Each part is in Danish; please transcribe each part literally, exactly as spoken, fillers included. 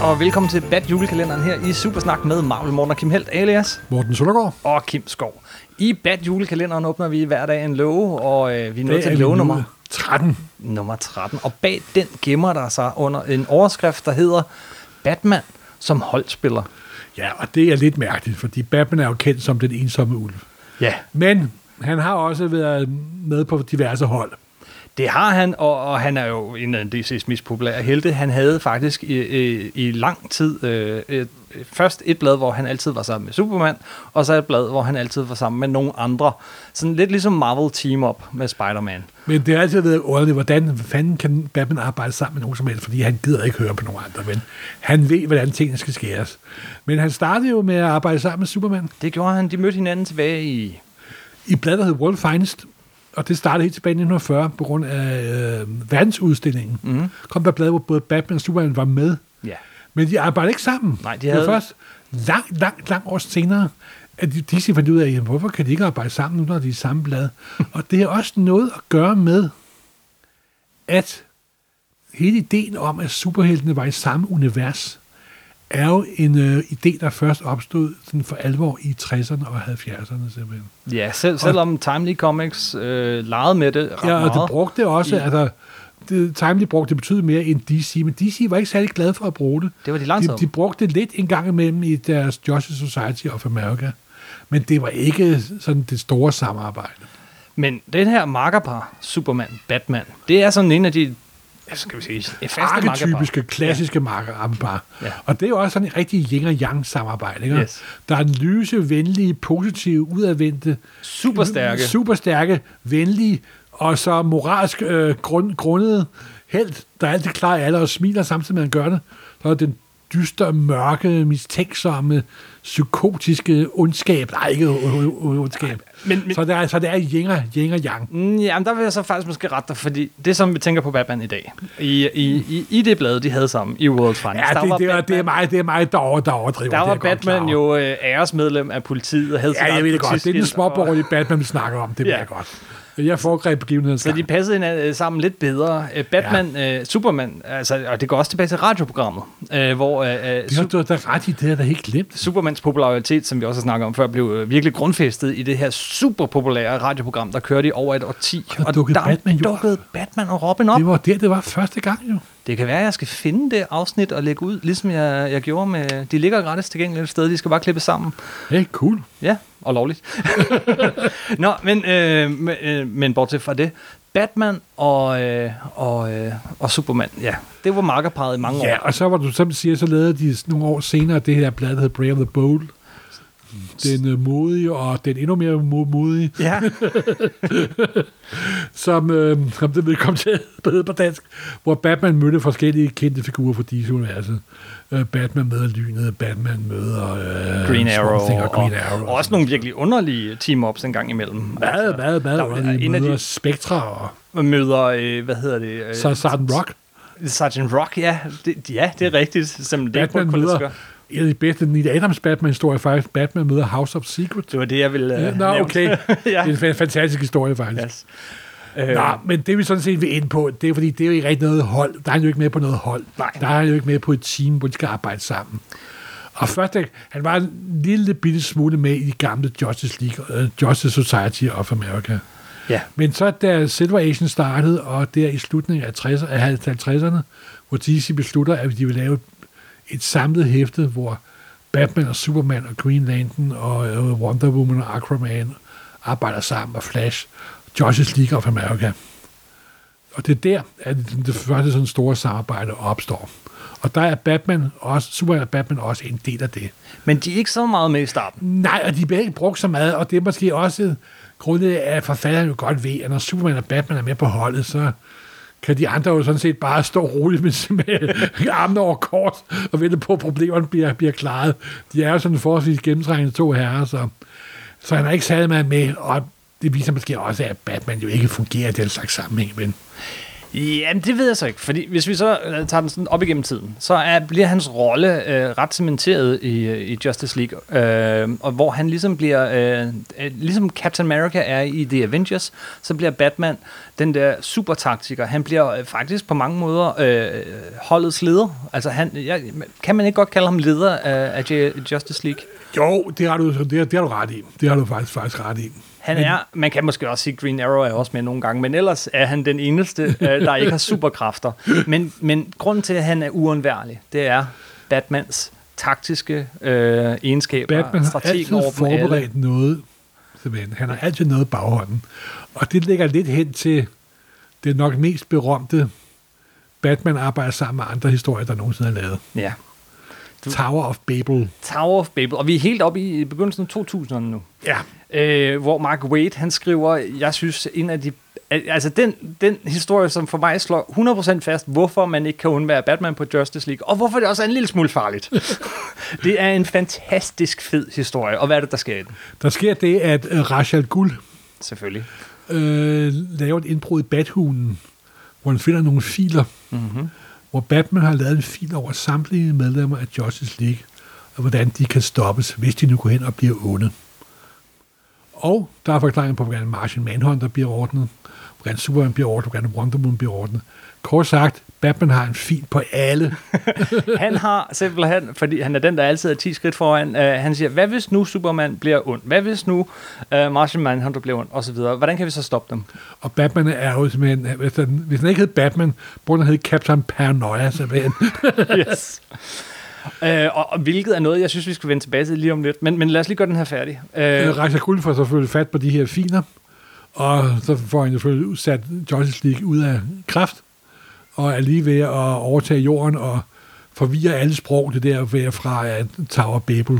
og velkommen til Bat julekalenderen her i Supersnak med Marvel Morten og Kim Helt alias Morten Søndergaard og Kim Skov. I Bat julekalenderen åbner vi hver dag en låge, og øh, vi er nået til låge nummer tretten. Nummer tretten, og bag den gemmer der sig under en overskrift, der hedder Batman som holdspiller. Ja, og det er lidt mærkeligt, fordi Batman er jo kendt som den ensomme ulv. Ja. Men han har også været med på diverse hold. Det har han, og, og han er jo en af D C's mest populære helte. Han havde faktisk i, i, i lang tid øh, et, først et blad, hvor han altid var sammen med Superman, og så et blad, hvor han altid var sammen med nogle andre. Sådan lidt ligesom Marvel Team Up med Spider-Man. Men det har altid været underligt, hvordan fanden kan Batman arbejde sammen med nogen som helst, fordi han gider ikke høre på nogen andre, men han ved, hvordan tingene skal skæres. Men han startede jo med at arbejde sammen med Superman. Det gjorde han. De mødte hinanden tilbage i... I bladet, der hed World Finest. Og det startede helt tilbage i nitten fyrre på grund af øh, verdensudstillingen. Mm. Kom der blad, hvor både Batman og Superman var med. Ja. Men de arbejdede ikke sammen. Nej, de det havde... var først langt, langt, langt år senere, at de, de fandt ud af, jamen, hvorfor kan de ikke arbejde sammen nu, når de er i samme blad? Og det har også noget at gøre med, at hele ideen om, at superheltene var i samme univers, er jo en øh, idé, der først opstod sådan for alvor i tresserne og halvfjerdserne simpelthen. Ja, selv, selvom Timely Comics øh, legede med det ret ja, og meget. det brugte det også, I... altså, det, Timely brugte det betyder mere end D C, men D C var ikke særlig glad for at bruge det. Det var de langsomt. De, de brugte det lidt en gang imellem i deres Justice Society of America, men det var ikke sådan det store samarbejde. Men den her makkerpar, Superman, Batman, det er sådan en af de skal vi sige, faste arketypiske, klassiske makkerpar. Ja. Og det er jo også sådan en rigtig yin og yang samarbejde. Ikke? Yes. Der er en lyse, venlige, positive, udadvendte, superstærke, superstærke, venlige, og så moralsk øh, grund, grundede helt, der er altid klar i alle og smiler samtidig med, at han gør det. Så er den dystre, mørke, mistænksomme, psykotiske ondskab. Nej, ikke ondskab. Men, men, så, det er, så det er yin og, yin og yang. Mm, ja, men der vil jeg så faktisk måske rette dig, fordi det, som vi tænker på Batman i dag, i, i, i, i det blad, de havde sammen, i World Finest, ja, det, det, Batman, det, er mig, det er mig, der, over, der overdriver. Der var Batman jo øh, æresmedlem af politiet. Og havde ja, jeg ved det godt. Det er den småborgerlige Batman, vi snakker om. Det ja. ved jeg godt. Jeg foregreb begivenheden. Så de passede hinanden sammen lidt bedre. Batman, ja. øh, Superman, altså, og det går også tilbage til radioprogrammet, øh, hvor... Øh, det har du da ret i, det er da helt glemt. Supermans popularitet, som vi også har snakket om før, blev øh, virkelig grundfæstet i det her super populære radioprogram, der kørte i over et årti. Og, og der Batman, dukkede Batman og Robin op. Det var der, det var første gang jo. Det kan være, at jeg skal finde det afsnit og lægge ud, ligesom jeg, jeg gjorde med... De ligger gratis tilgængeligt et sted, de skal bare klippe sammen. Hey, cool. Ja, og lovligt. Nå, men, øh, men, øh, men bortset fra det, Batman og, øh, og, øh, og Superman, ja, det var makkerparret i mange ja, år. Ja, og så var du, som du siger, så lavede de nogle år senere det her blad, der hedder Brave the Bold. Den øh, modige og den endnu mere modige. Ja. som, øh, som det vil komme til på dansk, hvor Batman mødte forskellige kendte figurer fra D C-universet. Øh, Batman møder Lynet, Batman møder øh, Green Arrow, og, Green Arrow og, og også nogle virkelig underlige team-ups en gang imellem. Hvad, hvad, hvad? Og de møder de, Spectra og... Møder, øh, hvad hedder det? Øh, så Sergeant Rock. Sergeant Rock, ja. Det, ja, det er rigtigt. Som Batman det møder... En af de bedste Neil Adams Batman-historie faktisk. Batman møder House of Secret. Det var det, jeg ville uh, ja, Nå, okay. ja. Det er en fantastisk historie, faktisk. Yes. Uh, Nå, men det vi sådan set vil ind på, det er fordi, det er jo ikke rigtig noget hold. Der er han jo ikke med på noget hold. Nej. Der er han jo ikke med på et team, hvor de skal arbejde sammen. Og først, han var en lille bitte smule med i de gamle Justice League, uh, Justice Society of America. Ja. Men så da Silver Age startede, og der i slutningen af halvtredserne, hvor D C beslutter, at de vil lave et samlet hæfte, hvor Batman og Superman og Green Lantern og øh, Wonder Woman og Aquaman arbejder sammen, og Flash, Justice League of America. Og det er der, at det første sådan store samarbejde opstår. Og der er Batman også, Superman og Batman også en del af det. Men de er ikke så meget med i starten. Nej, og de bliver ikke brugt så meget, og det er måske også grundet af, at forfatteren jo godt ved, at når Superman og Batman er med på holdet, så kan de andre jo sådan set bare stå roligt med, med armene over kort og vente på, at problemerne bliver, bliver klaret. De er jo sådan forholdsvis gennemtrængende to herrer, så, så han er ikke særlig meget med, og det viser måske også, at Batman jo ikke fungerer i den slags sammenhæng. Men Jamen, det ved jeg så ikke, fordi hvis vi så uh, tager den sådan op igennem tiden, så er, bliver hans rolle uh, ret cementeret i, uh, i Justice League, uh, og hvor han ligesom bliver, uh, uh, ligesom Captain America er i The Avengers, så bliver Batman den der supertaktiker. Han bliver uh, faktisk på mange måder uh, holdets leder. Altså, han, ja, kan man ikke godt kalde ham leder af, af Justice League? Jo, det har, du, det, det har du ret i. Det har du faktisk, faktisk ret i. Han er, man kan måske også sige, Green Arrow er også med nogle gange, men ellers er han den eneste, der ikke har superkræfter. Men, men grunden til, at han er uundværlig, det er Batmans taktiske øh, egenskaber. Batman har altid forberedt alle. noget, simpelthen. Han har altid noget i baghånden. Og det ligger lidt hen til det nok mest berømte Batman arbejder sammen med andre historier, der nogensinde er lavet. Ja. Du, Tower of Babel. Tower of Babel. Og vi er helt oppe i begyndelsen af to tusinderne nu. Ja. Øh, hvor Mark Waid, han skriver, jeg synes, en af de... Altså, den, den historie, som for mig slår hundrede procent fast, hvorfor man ikke kan undvære Batman på Justice League, og hvorfor det også er en lille smule farligt. Det er en fantastisk fed historie. Og hvad er det, der sker i den? Der sker det, at uh, Ra's al Ghul selvfølgelig øh, laver et indbrud i Bathunen, hvor han finder nogle filer, mm-hmm. hvor Batman har lavet en fil over samtlige medlemmer af Justice League, og hvordan de kan stoppes, hvis de nu går hen og bliver onde. Og der er forklaringen på, hvordan Martian Manhunter bliver ordnet, hvordan Superman bliver ordnet, hvordan Wonder Woman bliver ordnet. Kort sagt, Batman har en fil på alle. Han har simpelthen, fordi han er den, der altid er ti skridt foran, øh, han siger, hvad hvis nu Superman bliver ond? Hvad hvis nu øh, Martian Manhunter bliver ond? Og så videre. Hvordan kan vi så stoppe dem? Og Batman er jo simpelthen, hvis han, hvis han ikke hed Batman, burde han hedde Captain Paranoia, simpelthen. Yes. Øh, og, og hvilket er noget, jeg synes, vi skal vende tilbage til lige om lidt. Men, men lad os lige gøre den her færdig. Øh, Ra's al Ghul får selvfølgelig fat på de her filer, og så får han selvfølgelig sat Justice League ud af kraft, og er lige ved at overtage jorden og forvirre alle sprog, det der ved fra at Tower Babel,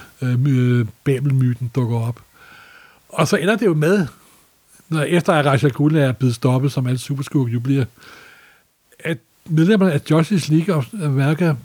øh, Babel-myten dukker op. Og så ender det jo med, når efter at Ra's al Ghul er blevet stoppet, som alle superskurke jo bliver, at medlemmerne af Justice League og America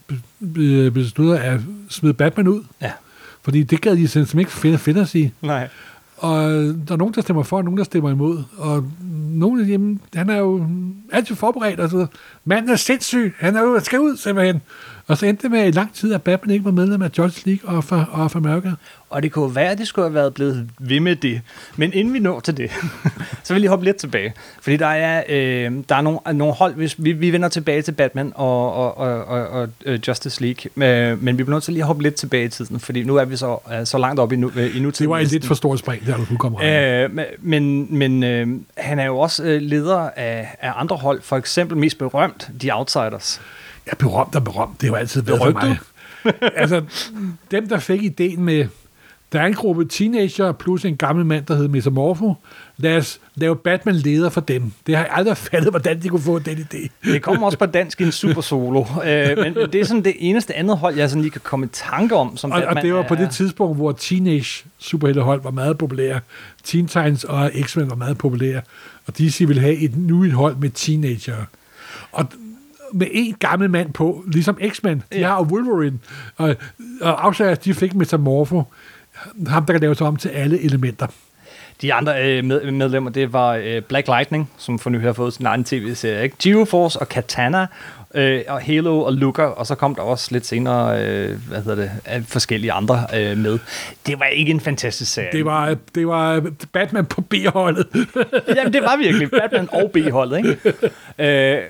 beslutter at smide Batman ud. Ja. Fordi det gad de simpelthen ikke finde, finde os i. Nej. Og der er nogen, der stemmer for, og nogen, der stemmer imod. Og nogen af dem, han er jo altid forberedt. Altså, manden er sindssyg. Han er jo skal ud, simpelthen. Og så endte det med i lang tid, at Batman ikke var medlem af Justice League og for, og for America. Og det kunne være, at det skulle have været blevet ved med det. Men inden vi når til det, så vil jeg hoppe lidt tilbage. Fordi der er, øh, der er nogle, nogle hold, hvis vi, vi vender tilbage til Batman og, og, og, og, og Justice League. Men, men vi bliver nødt til lige at hoppe lidt tilbage i tiden, fordi nu er vi så, så langt op i, nu, i nutiden. Det var et lidt for stort spring, der du kunne komme øh, Men, men øh, han er jo også leder af, af andre hold, for eksempel mest berømt, The Outsiders. Ja, berømt og berømt, det har jo altid været for mig. Altså, dem, der fik ideen med, der er en gruppe teenager plus en gammel mand, der hedder Metamorpho. Lad os lave Batman leder for dem. Det har jeg aldrig fattet, hvordan de kunne få den idé. Det kommer også på dansk i en super solo. Øh, men det er sådan det eneste andet hold, jeg sådan lige kan komme i tanke om. Som og, Batman og det var er, på det tidspunkt, hvor teenage superheltehold var meget populære. Teen Titans og X-Men var meget populære. Og D C ville have et nyt hold med teenager. Og med en gammel mand på, ligesom X-Men. De ja. har Wolverine. Og, og Outsiders, de fik Metamorpho. Ham, der kan lave sig om til alle elementer. De andre øh, med, medlemmer, det var øh, Black Lightning, som for nu har fået sin egen tv-serie, ikke? Geo-Force og Katana, øh, og Halo og Looker, og så kom der også lidt senere, øh, hvad hedder det, forskellige andre øh, med. Det var ikke en fantastisk serie. Det var, det var Batman på B-holdet. Jamen, det var virkelig Batman og B-holdet, ikke? Øh,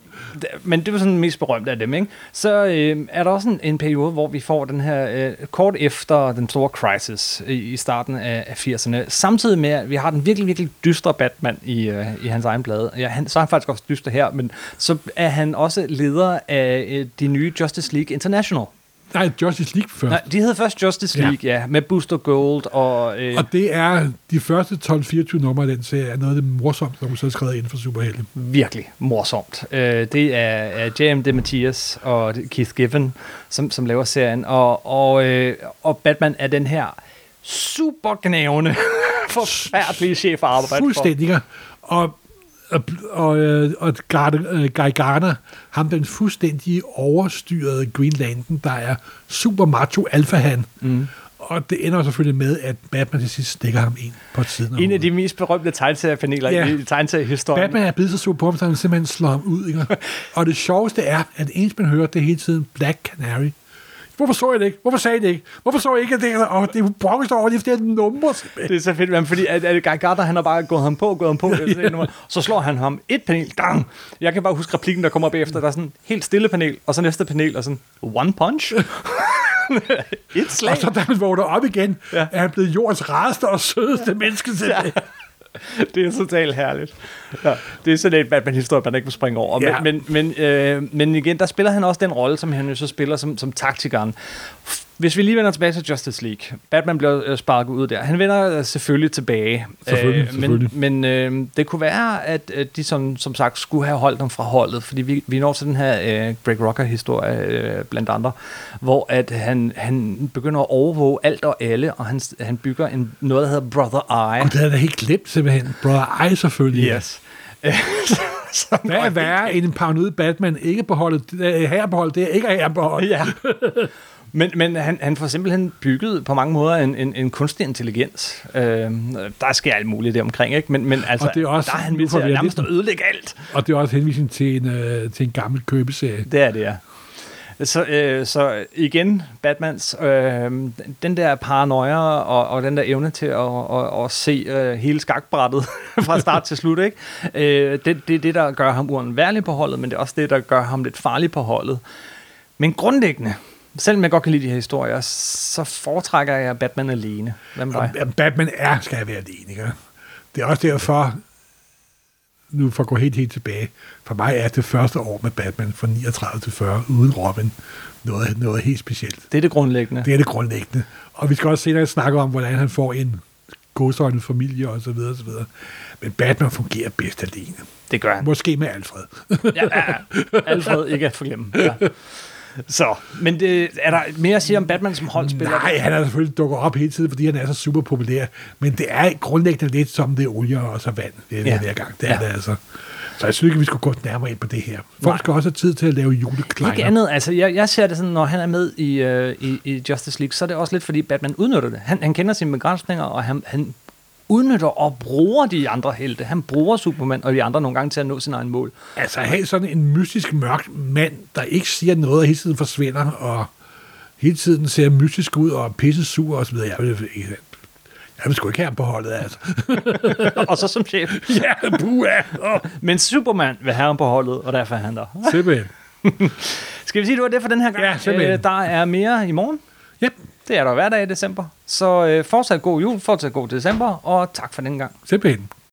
men det var sådan mest berømte af dem, ikke? Så øh, er der også en, en periode, hvor vi får den her, øh, kort efter den store crisis i, i starten af, af firserne, samtidig med, at vi har den virkelig, virkelig dystre Batman i, øh, i hans egen blade. Ja, han, så er han faktisk også dyster her, men så er han også leder af øh, de nye Justice League International. Nej, Justice League først. Nej, de hedder først Justice League, ja, ja med Booster Gold og... Øh, og det er de første tolv fireogtyve numre af den serie, er noget af det morsomste, der er skrevet inden for superhelte. Virkelig morsomt. Øh, det er, er J M DeMatteis og Keith Giffen, som, som laver serien, og, og, øh, og Batman er den her super gnævende, forfærdelige chef at arbejde for. Fuldstændig. Og Og, og, og Guy Gardner, ham den fuldstændig overstyrede Green Lantern, der er super macho alfahan. Mm. Og det ender selvfølgelig med, at Batman til sidst stikker ham ind på siden af En af de mest berømte tegneseriepaneler ja. i tegneseriehistorien. Batman er blevet så sur på ham, så han simpelthen slår ham ud. Ikke? Og det sjoveste er, at eneste man hører, det er hele tiden Black Canary. Hvorfor så jeg det ikke? Hvorfor sagde jeg det ikke? Hvorfor så jeg ikke, at det er, oh, det er brokkest over de flere numre? Det er så fedt, man, fordi at, at Guy Gardner, han har bare gået ham på, gået ham på, ja, ja. Så slår han ham et panel, dang! Jeg kan bare huske replikken, der kommer op efter, der er sådan helt stille panel, og så næste panel, og sådan, one punch? Et slag? Og så da han vågner op igen, ja. er han blevet jordens rareste og sødeste ja. menneske til ja. det. Det er totalt herligt. Ja, det er sådan en Batman-historie, man ikke må springe over. Ja. Men, men, men, øh, men igen, der spiller han også den rolle, som han jo så spiller som, som taktikeren. Hvis vi lige vender tilbage til Justice League. Batman bliver sparket ud der. Han vender selvfølgelig tilbage. Selvfølgelig, øh, selvfølgelig. Men, men øh, det kunne være, at de som, som sagt skulle have holdt dem fra holdet. Fordi vi, vi når til den her øh, Greg Rucka-historie, øh, blandt andre, hvor at han, han begynder at overvåge alt og alle, og han, han bygger en, noget, der hedder Brother Eye. Og det er da helt glemt simpelthen. Brother Eye selvfølgelig. Yes. Hvad er værre end en paranoid Batman? Ikke på holdet, her på holdet, det er ikke her på holdet. Ja. Men, men han, han får simpelthen bygget på mange måder en, en, en kunstig intelligens. Øh, der sker alt muligt der omkring, ikke? Men, men altså, det er også, der er han med til at nærmest at ødelægge alt. Og det er også henvisning til en, øh, til en gammel købeserie. Det er det, ja. Så, øh, så igen, Batmans, øh, den der paranoia og, og den der evne til at, at, at se øh, hele skakbrættet fra start til slut, ikke? Øh, det er det, det, der gør ham uundværlig på holdet, men det er også det, der gør ham lidt farlig på holdet. Men grundlæggende, selvom jeg godt kan lide de her historier, så foretrækker jeg Batman alene. Hvem var jeg? Batman er, skal være alene, ikke? Det er også derfor, nu for at gå helt, helt tilbage, for mig er det første år med Batman fra niogtredive til fyrre, uden Robin, noget, noget helt specielt. Det er det grundlæggende. Det er det grundlæggende. Og vi skal også senere snakke om, hvordan han får en godsøjnet familie og så videre, og så videre. Men Batman fungerer bedst alene. Det gør han. Måske med Alfred. ja, ja, Alfred, ikke at forglemme. Ja. Så, men det, er der mere at sige om Batman som holdspiller? Nej, han er selvfølgelig dukket op hele tiden, fordi han er så super populær. Men det er grundlæggende lidt som det olie og så vand. Det er ja. hver gang. Det er ja. det altså. Så jeg synes ikke, vi skulle gå nærmere ind på det her. Folk Nej. skal også have tid til at lave julekleiner. Ikke andet. Altså, jeg, jeg ser det sådan, når han er med i, øh, i, i Justice League, så er det også lidt, fordi Batman udnytter det. Han, han kender sine begrænsninger, og han, han udnytter og bruger de andre helte. Han bruger Superman og de andre nogle gange til at nå sin egen mål. Altså, at have sådan en mystisk mørk mand, der ikke siger noget, og hele tiden forsvinder, og hele tiden ser mystisk ud, og pisse sur og så videre. Jeg vil, jeg vil sgu ikke have ham på holdet, altså. og så som chef. ja, buah. Oh. Men Superman vil have ham på holdet, og derfor er han der. Simpelthen. Skal vi sige, det var det for den her gang? Ja, simpelthen. Øh, der er mere i morgen. Yep. Det er der hver dag i december. Så øh, fortsat god jul, fortsat god december, og tak for den gang. Simpelthen.